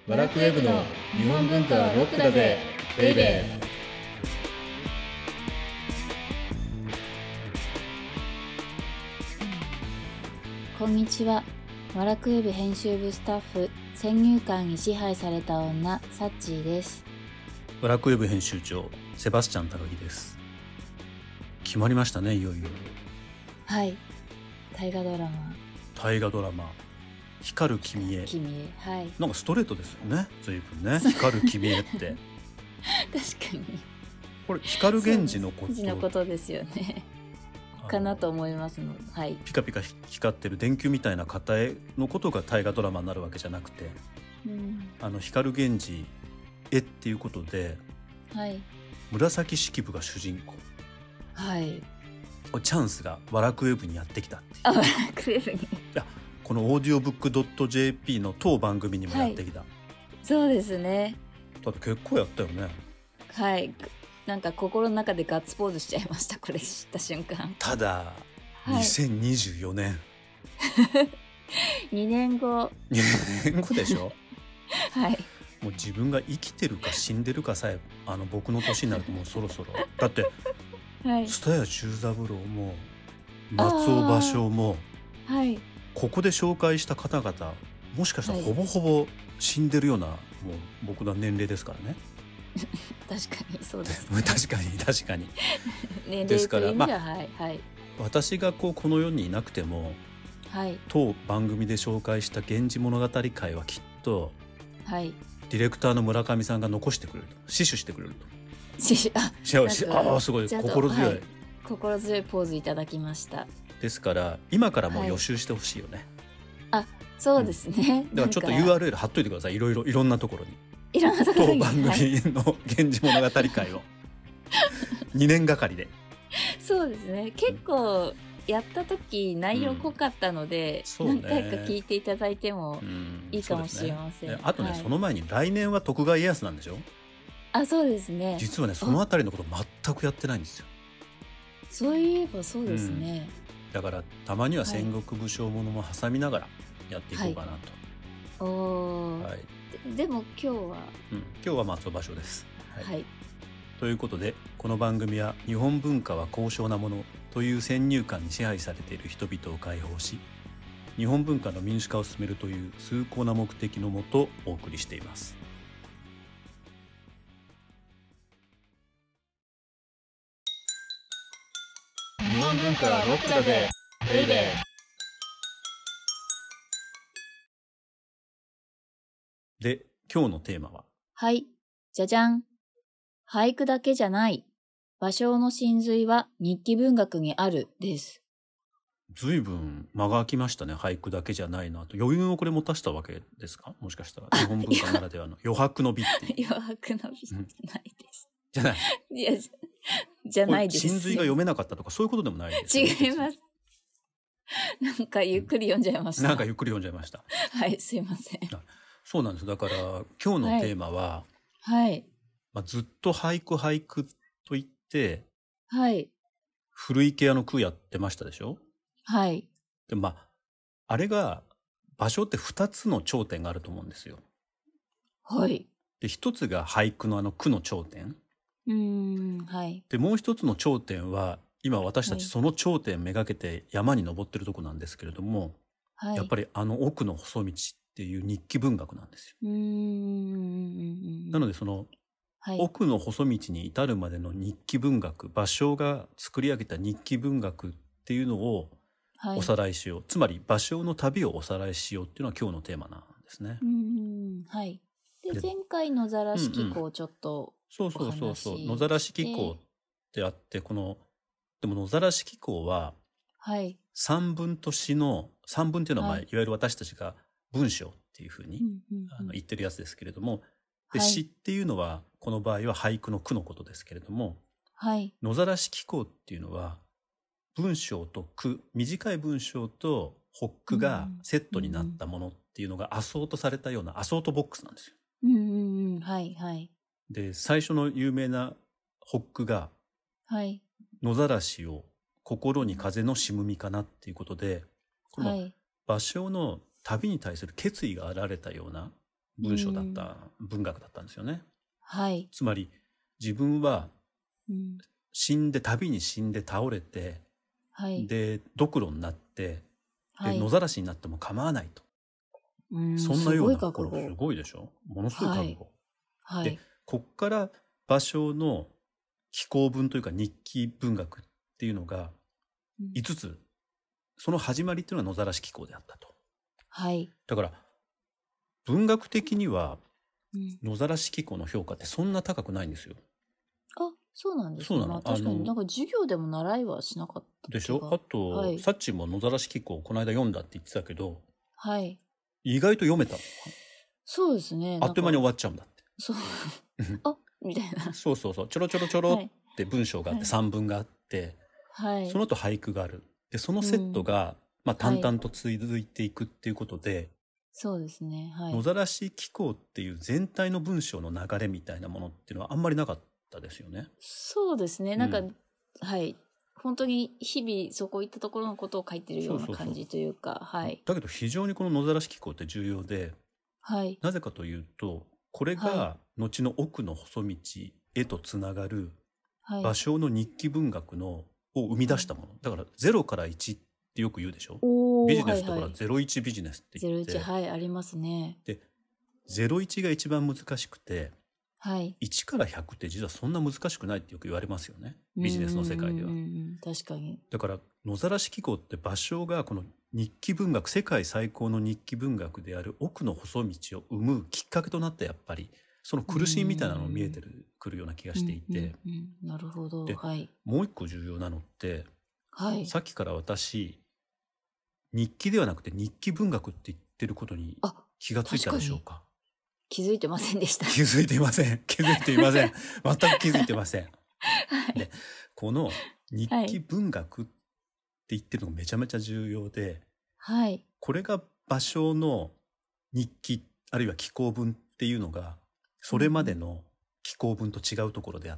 ワラクウェブの日本文化はロックだぜベイベー。 こんにちは。ワラクウェブ編集部スタッフ、先入観に支配された女、サッチーです。 ワラクウェブ編集長、セバスチャン高木です。決まりましたね、いよいよ。 はい。大河ドラマ光る君へ。はい。 なんかストレートですよね、随分ね。光る君へって。 確かに。 これ光源氏のことですよね。かなと思いますの。はい。 ピカピカ光ってる電球みたいな方へのことが大河ドラマになるわけじゃなくて、光源氏へっていうことで、 はい。 紫式部が主人公。 はい。 チャンスがワラクウェブにやってきたっていう。 ワラクウェブに。いや、このオーディオブックドット JP の当番組にもやってきた。はい、 そうですね。 だって結構やったよね。 はい。なんか心の中でガッツポーズしちゃいました、これ知った瞬間。 ただ、2024年 2年後 2年後でしょ。 はい。 もう自分が生きてるか死んでるかさえ僕の年になるともうそろそろだって蔦谷忠三郎も松尾芭蕉も、はい、ここで紹介した方々もしかしたらほぼほぼ死んでるような、もう僕の年齢ですからね。 確かにそうですね。 確かに年齢という意味では、はいはい、 私がこの世にいなくても、はい、当番組で紹介した源氏物語会はきっと、はい、ディレクターの村上さんが残してくれると、死守してくれると。すごい心強い、はい、 心強いポーズいただきました。 ですから今からもう予習してほしいよね。 はい、そうですね、 だからちょっと URL 貼っといてください。いろんなところに当番組の源氏物語会を2年がかりで。 そうですね、結構やった時内容濃かったので、何回か聞いていただいてもいいかもしれません。 あとね、その前に来年は徳川家康なんでしょ。 そうですね。 実はね、そのあたりのこと全くやってないんですよ。 そういえばそうですね、 だからたまには戦国武将ものも挟みながらやっていこうかなと。はい、でも今日は松尾芭蕉です。はい、ということで、この番組は日本文化は高尚なものという先入観に支配されている人々を解放し、日本文化の民主化を進めるという崇高な目的のもとお送りしています。 日本文化はロックだぜベイベー。 で、今日のテーマは、 はい、じゃじゃん。俳句だけじゃない、芭蕉の真髄は日記文学にあるです。 ずいぶん間が空きましたね。俳句だけじゃないなと。余韻をこれ持たしたわけですか、もしかしたら。日本文化ならではの余白の美っていう。 余白の美じゃないです、 じゃない。 いや、じゃないです。 真髄が読めなかったとかそういうことでもないですよね。 違います。なんかゆっくり読んじゃいました。はい、すいません。 そうなんです。だから今日のテーマは、 はい、 ずっと俳句と言って、 はい、 古池屋の句やってましたでしょ。 はい。 であれが場所って2つの頂点があると思うんですよ。 はい。 で、1つが俳句の句の頂点。 はい。 で、もう一つの頂点は今私たちその頂点めがけて山に登ってるとこなんですけれども、はい、やっぱり奥の細道っていう日記文学なんですよ。なのでその、はい、奥の細道に至るまでの日記文学、芭蕉が作り上げた日記文学っていうのをおさらいしよう、はい、つまり芭蕉の旅をおさらいしようっていうのが今日のテーマなんですね。 はい。で、前回野ざらし紀行をちょっとそう野ざらし紀行ってあって、でも野ざらし紀行は散文と詩の、散文っていうのは、いわゆる私たちが文章っていうふうに言ってるやつですけれども、で、詩っていうのはこの場合は俳句の句のことですけれども、野ざらし紀行っていうのは文章と句、短い文章と発句がセットになったものっていうのがアソートされたようなアソートボックスなんですよ。 はいはい。 で、最初の有名な発句が、野ざらしを心に風のしむみかなっていうことで、この芭蕉の旅に対する決意が現れたような文章だった、文学だったんですよね。 はい。 つまり自分は旅に死んで倒れて、 はい、 でドクロになって、で野ざらしになっても構わないと、そんなすようなごい覚悟。 すごいでしょ、ものすごい覚悟、 はい、 でこっから芭蕉の紀行文というか日記文学っていうのが5つ、その始まりっていうのが野ざらし紀行であったと。 はい、 だから文学的には野ざらし紀行の評価ってそんな高くないんですよ。 あ、そうなんですね。そうなの。 確かになんか授業でも習いはしなかったでしょ。あと、サッチも野ざらし紀行をこの間読んだって言ってたけど、 はい、 意外と読めた。 そうですね。 あっという間に終わっちゃうんだって。 そう。あ、みたいな。 そうそうそう。ちょろちょろちょろって文章があって、散文があって、はい、その後俳句がある。で、そのセットが、淡々と続いていくっていうことで、 そうですね。はい。 野ざらし紀行っていう全体の文章の流れみたいなものっていうのはあんまりなかったですよね。 そうですね。なんか、はい。本当に日々そこ行ったところのことを書いてるような感じというか、はい。 だけど非常にこの野ざらし紀行って重要で、 はい。 なぜかというと、これが後の奥の細道へとつながる芭蕉の日記文学を生み出したもの。だから0から1ってよく言うでしょ。ビジネスとか01ビジネスって言って。 01、はい、ありますね。 で、01が一番難しくて、 はい、 1から100って実はそんな難しくないってよく言われますよね。ビジネスの世界では。 確かに。 だから野ざらし紀行って芭蕉がこの日記文学、世界最高の日記文学である奥の細道を生むきっかけとなったやっぱりその苦しみみたいなのが見えてくるような気がしていて、 なるほど。 で、 はい、 もう一個重要なのって、 はい、 さっきから私日記ではなくて日記文学って言ってることに気がついたでしょうか。 気づいてませんでした。 気づいていません。気づいていません。全く気づいてません。はい、で、この日記文学って言ってるのがめちゃめちゃ重要で、 はい、 これが芭蕉の日記あるいは紀行文っていうのがそれまでの紀行文と違うところであって、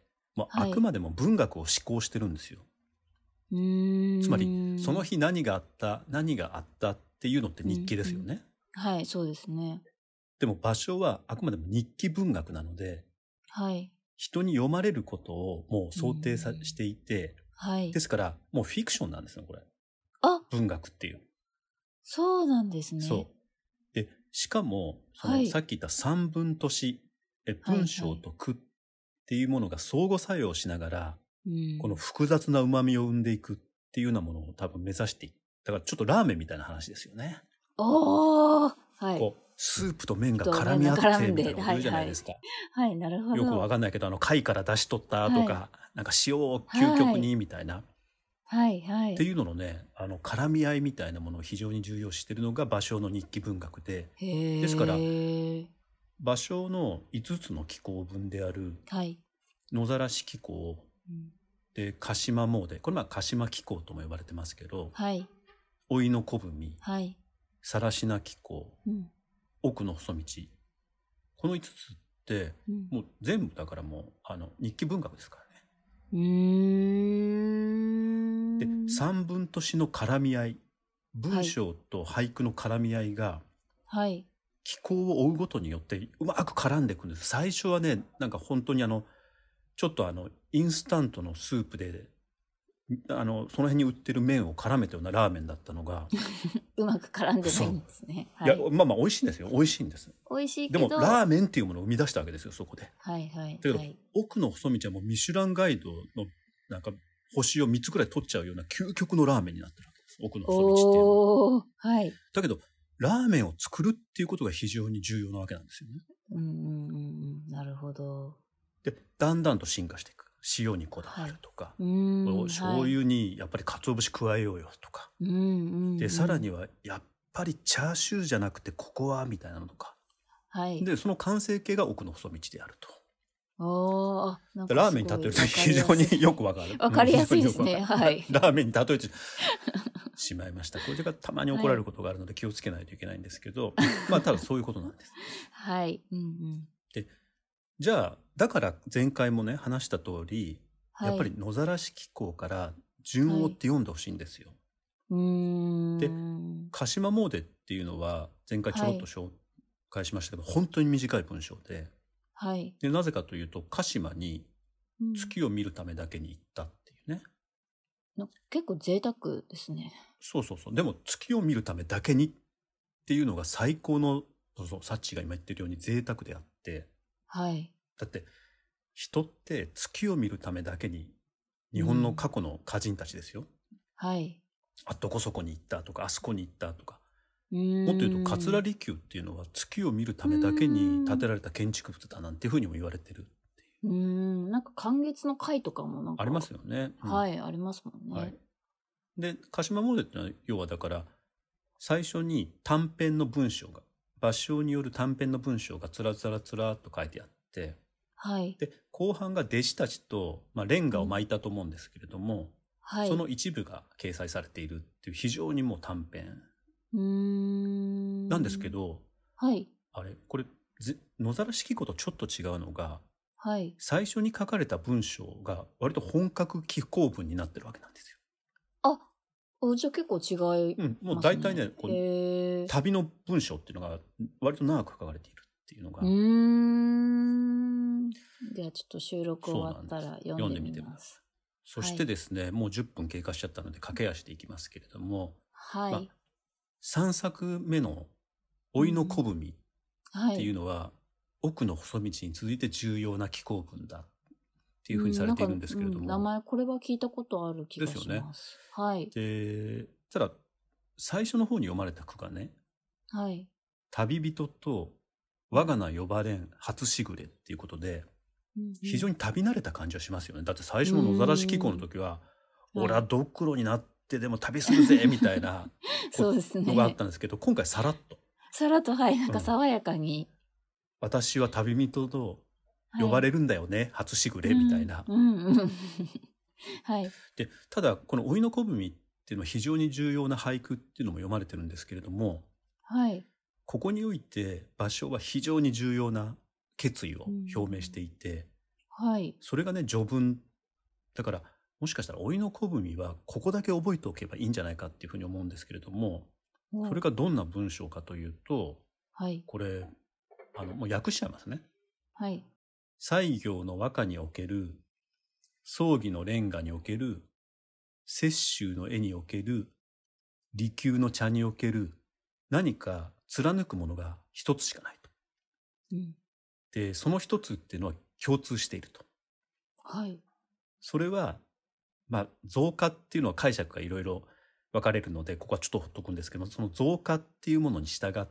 あくまでも文学を思考してるんですよ。つまりその日何があったっていうのって日記ですよね。 はい、そうですね。 でも芭蕉はあくまでも日記文学なので、 はい、 人に読まれることをもう想定していて、 はい、 ですからもうフィクションなんですよこれ。文学っていう。 そうなんですね。 そうで、しかもそのさっき言った三文と詩、文章と句っていうものが相互作用しながら、この複雑な旨味を生んでいくっていうようなものを多分目指していく。だからちょっとラーメンみたいな話ですよね。 はい。 こうスープと麺が絡み合ってみたいなこと言うじゃないですか。 はい、なるほど。 よくわかんないけど貝から出し取ったとか、なんか塩を究極にみたいな。 はいはい。 っていうののね、絡み合いみたいなものを非常に重要視しているのが芭蕉の日記文学で、ですから芭蕉の5つの紀行文である野ざらし紀行、で鹿島詣、これ鹿島紀行とも呼ばれてますけど、老いの小文、更科紀行、奥の細道、この5つって、もう全部だからもう日記文学ですからね。で、散文と詩の絡み合い、文章と俳句の絡み合いが、紀行を追うごとによってうまく絡んでいくんです。最初はね、なんか本当にちょっとインスタントのスープでその辺に売ってる麺を絡めたようなラーメンだったのがうまく絡んでないんですね。 いや、美味しいんですよ。美味しいんです。 美味しいけどでもラーメンっていうものを生み出したわけですよ、そこで。 はいはい。 だけど、奥の細道はもうミシュランガイドのなんか星を3つくらい取っちゃうような究極のラーメンになってるわけです。奥の細道っていうのは。はい。だけどラーメンを作るっていうことが非常に重要なわけなんですよね。 なるほど。 で、だんだんと進化していく。塩にこだわるとか、醤油にやっぱり鰹節加えようよとか、でさらにはやっぱりチャーシューじゃなくてココアみたいなのとか、でその完成形が奥の細道であると。ラーメンに例えると非常によくわかる。 わかりやすいですね。はい。 ラーメンに例えてしまいました。これがたまに怒られることがあるので気をつけないといけないんですけど、ただそういうことなんです。 はい。 で、じゃあだから前回もね話した通り、やっぱり野ざらし紀行から順を追って読んでほしいんですよ。で、鹿島詣っていうのは前回ちょろっと返しましたけど、本当に短い文章で、 はい。 で、なぜかというと、鹿島に月を見るためだけに行ったっていうね。 結構贅沢ですね。 そうそうそう。でも月を見るためだけにっていうのが最高の、そうサッチが今言ってるように贅沢であって。 はい。 だって、人って月を見るためだけに、日本の過去の歌人たちですよ。 はい。 どこそこに行ったとか、あそこに行ったとか。もっと言うと、桂離宮っていうのは月を見るためだけに建てられた建築物だなんていうふうにも言われてるっていう。 なんか満月の会とかもなんか。 ありますよね。 はい、ありますもんね。はい。 で、鹿島詣っていうのは、要はだから、最初に短編の文章が、芭蕉による短編の文章がつらつらつらっと書いてあって、 はい。 で、後半が弟子たちと、レンガを巻いたと思うんですけれども、はい、その一部が掲載されているっていう非常にもう短編。なんですけど、 はい。 あれ、これ、野ざらし紀行とちょっと違うのが、 はい。 最初に書かれた文章が割と本格紀行文になってるわけなんですよ。 じゃあ結構違いますね。 もう大体ね、旅の文章っていうのが割と長く書かれているっていうのが。 ではちょっと収録終わったら読んでみます。 そしてですね、もう10分経過しちゃったので駆け足でいきますけれども、 はい。 3作目の老いの小文っていうのは、奥の細道に続いて重要な紀行文だっていうふうにされているんですけれども。 名前これは聞いたことある気がします。ですよね。はい。 で、ただ最初の方に読まれた句がね、 はい。 旅人と我が名呼ばれん初しぐれっていうことで、非常に旅慣れた感じはしますよね。だって最初の野ざらし紀行の時は、俺はドクロになってでも旅するぜみたいなのがあったんですけど、今回さらっと。 さらっと、はい、なんか爽やかに。 私は旅人と呼ばれるんだよね、初しぐれみたいな。 はい。 で、ただこの老いの小文っていうのは非常に重要な俳句っていうのも読まれてるんですけれども、 はい。 ここにおいて芭蕉は非常に重要な決意を表明していて、 はい。 それがね、序文。だから、もしかしたら老いの小文はここだけ覚えておけばいいんじゃないかっていうふうに思うんですけれども、それがどんな文章かというと、 はい。 これ、もう訳しちゃいますね。 はい。 西行の和歌における、葬儀のレンガにおける、雪舟の絵における、離宮の茶における、何か貫くものが一つしかないと。で、その一つっていうのは共通していると。 はい。 それは、造花っていうのは解釈がいろいろ分かれるので、ここはちょっとほっとくんですけど、その造花っていうものに従って、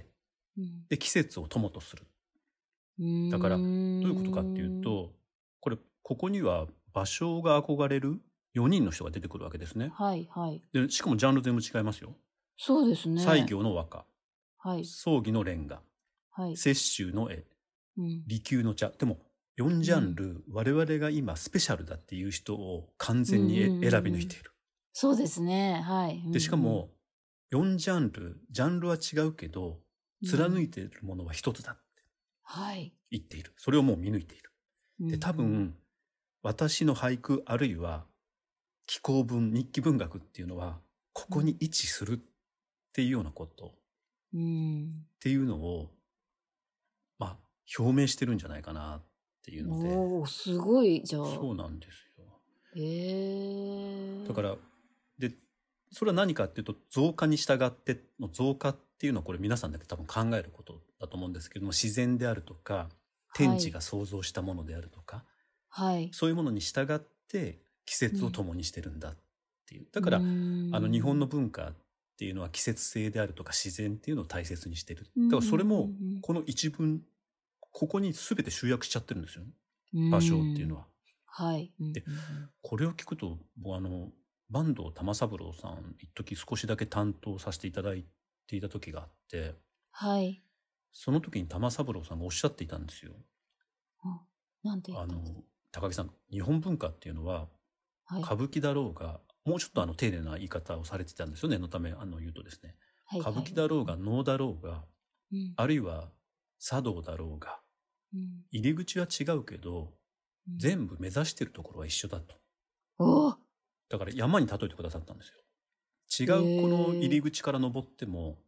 で、季節を友とする。だから、どういうことかっていうと、ここには芭蕉が憧れる4人の人が出てくるわけですね。 はい、はい。 で、しかもジャンル全部違いますよ。 そうですね。 西行の和歌。 はい。 葬儀のレンガ。 はい。 雪舟の絵。離宮の茶。でも、4ジャンル、我々が今スペシャルだっていう人を完全に選び抜いている。 そうですね。はい。 で、しかも、4ジャンルは違うけど、貫いているものは一つだって。 はい。 言っている。それをもう見抜いている。で、多分、私の俳句あるいは紀行文、日記文学っていうのは、ここに位置するっていうようなこと。っていうのを、表明してるんじゃないかなっていうので。 おー、すごい、じゃあ。 そうなんですよ。 へー。 だから、で、それは何かっていうと、造花に従っての造花っていうのはこれ皆さんだけ多分考えることだと思うんですけども、自然であるとか、天地が創造したものであるとか、 はい、 そういうものに従って季節を共にしてるんだっていう。だから、日本の文化っていうのは季節性であるとか自然っていうのを大切にしてる。だからそれも、この一文、ここに全て集約しちゃってるんですよね。芭蕉っていうのは。 はい。 で、これを聞くと、坂東玉三郎さん、一時少しだけ担当させていただいていた時があって、 はい。 その時に玉三郎さんがおっしゃっていたんですよ。 なんて言ったんですか？ 高木さん、日本文化っていうのは、歌舞伎だろうが、もうちょっと丁寧な言い方をされてたんですよね、念のため言うとですね。歌舞伎だろうが、能だろうが、あるいは茶道だろうが、入り口は違うけど、全部目指してるところは一緒だと。だから山に例えてくださったんですよ。違うこの入り口から登っても、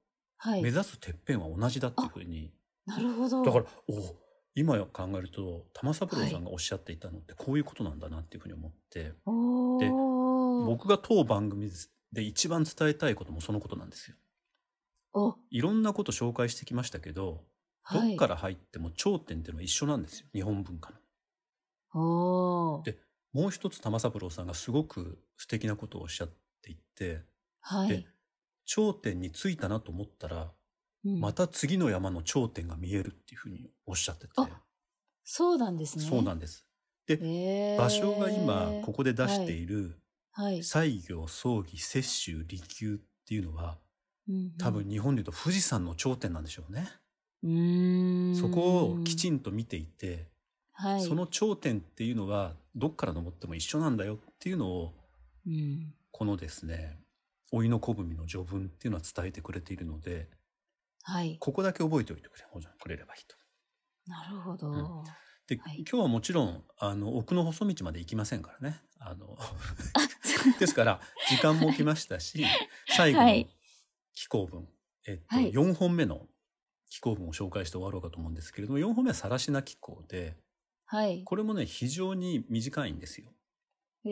目指すてっぺんは同じだっていうふうに。 なるほど。 だから今考えると玉三郎さんがおっしゃっていたのってこういうことなんだなっていうふうに思って、で僕が当番組で一番伝えたいこともそのことなんですよ。いろんなこと紹介してきましたけど、どっから入っても頂点っていうのは一緒なんですよ、日本文化の。でもう一つ玉三郎さんがすごく素敵なことをおっしゃっていて、で頂点に着いたなと思ったら、また次の山の頂点が見えるっていうふうにおっしゃってて。 そうなんですね。 そうなんです。で、場所が今ここで出している西行、葬儀、雪舟、離宮っていうのは、多分日本でいうと富士山の頂点なんでしょうね。そこをきちんと見ていて、その頂点っていうのはどっから登っても一緒なんだよっていうのを、このですね甥の小文の序文っていうのは伝えてくれているので、ここだけ覚えておいてくれればいいと。 なるほど。 で、今日はもちろん奥の細道まで行きませんからね。ですから時間も来ましたし、最後の紀行文、4本目の紀行文を紹介して終わろうかと思うんですけれども、4本目は更科紀行で、これもね非常に短いんですよ。で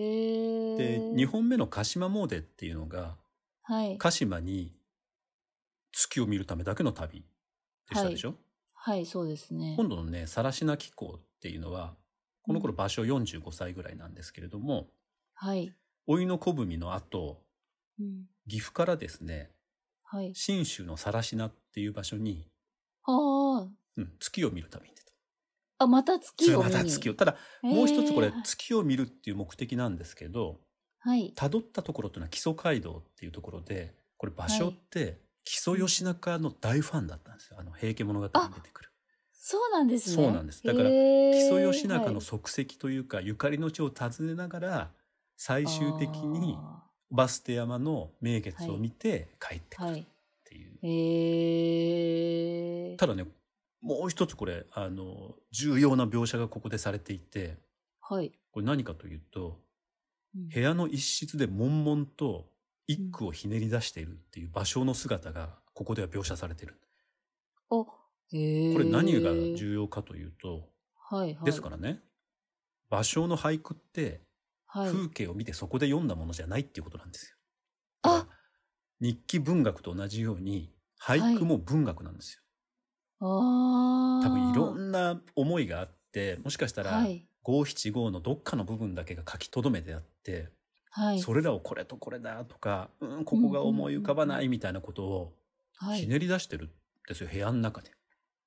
2本目の鹿島詣っていうのが、鹿島に月を見るためだけの旅でしたでしょ。 そうですね。 今度のね更科紀行っていうのはこの頃芭蕉45歳ぐらいなんですけれども、甥の小文の後、岐阜からですね、信州の更科っていう場所に、月を見るために出た。 また月を見に。 また月を。ただもう一つこれ月を見るっていう目的なんですけど、辿ったところっていうのは木曽街道っていうところで、これ芭蕉って木曽義仲の大ファンだったんですよ。平家物語に出てくる。 そうなんですね。 そうなんです。だから木曽義仲の足跡というか、ゆかりの地を訪ねながら最終的にバステ山の名月を見て帰ってくるっていう。ただねもう一つこれ重要な描写がここでされていて、これ何かというと、部屋の一室で悶々と一句をひねり出しているっていう芭蕉の姿がここでは描写されている。これ何が重要かというと、ですからね芭蕉の俳句って風景を見てそこで読んだものじゃないっていうことなんですよ。日記文学と同じように俳句も文学なんですよ。多分いろんな思いがあって、もしかしたら五七五のどっかの部分だけが書き留めてあって、それらをこれとこれだとか、ここが思い浮かばないみたいなことをひねり出してるんですよ、部屋の中で。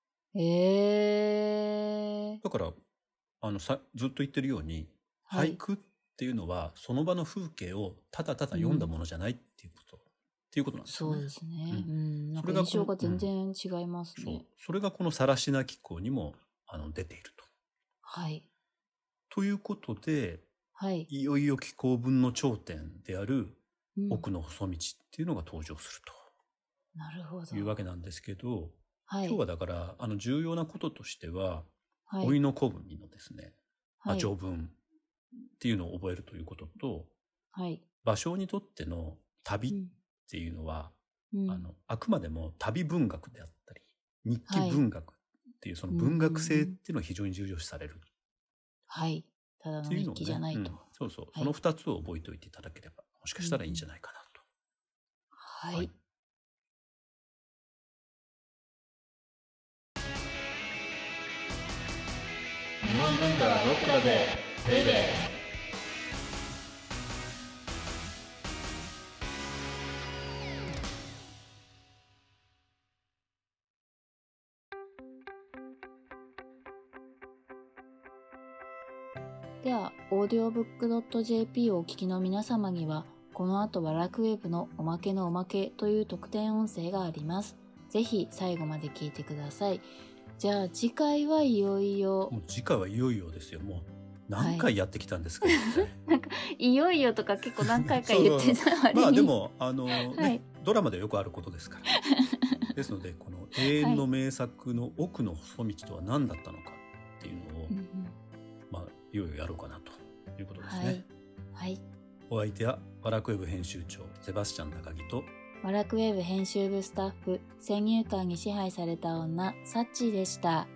だからずっと言ってるように、俳句っていうのはその場の風景をただただ読んだものじゃないっていうこと。っていうことなんですよね。 そうですね。なんか印象が全然違いますね。 それがこの更科紀行にも出ていると。ということで、いよいよ紀行文の頂点である奥の細道っていうのが登場するというわけなんですけど、今日はだから重要なこととしては、甥の小文のですね、序文っていうのを覚えるということと、芭蕉にとっての旅っていうのは、あくまでも旅文学であったり日記文学っていうその文学性っていうのを非常に重要視される。 ただの日記じゃないと。 その2つを覚えておいていただければもしかしたらいいんじゃないかなと。 日本文化はロックだぜベイベー。 では、audiobook.jp をお聞きの皆様には、この後はラクウェブのおまけのおまけという特典音声があります。ぜひ最後まで聞いてください。じゃあ次回はいよいよ。 もう次回はいよいよですよ。もう何回やってきたんですか、 なんかいよいよとか結構何回か言ってた割にまあでもドラマでよくあることですからですのでこの永遠の名作の奥の細道とは何だったのかっていうのを、いよいよやろうかなということですね。お相手はワラクウェブ編集長セバスチャン高木とワラクウェブ編集部スタッフ、先入観に支配された女、サッチーでした。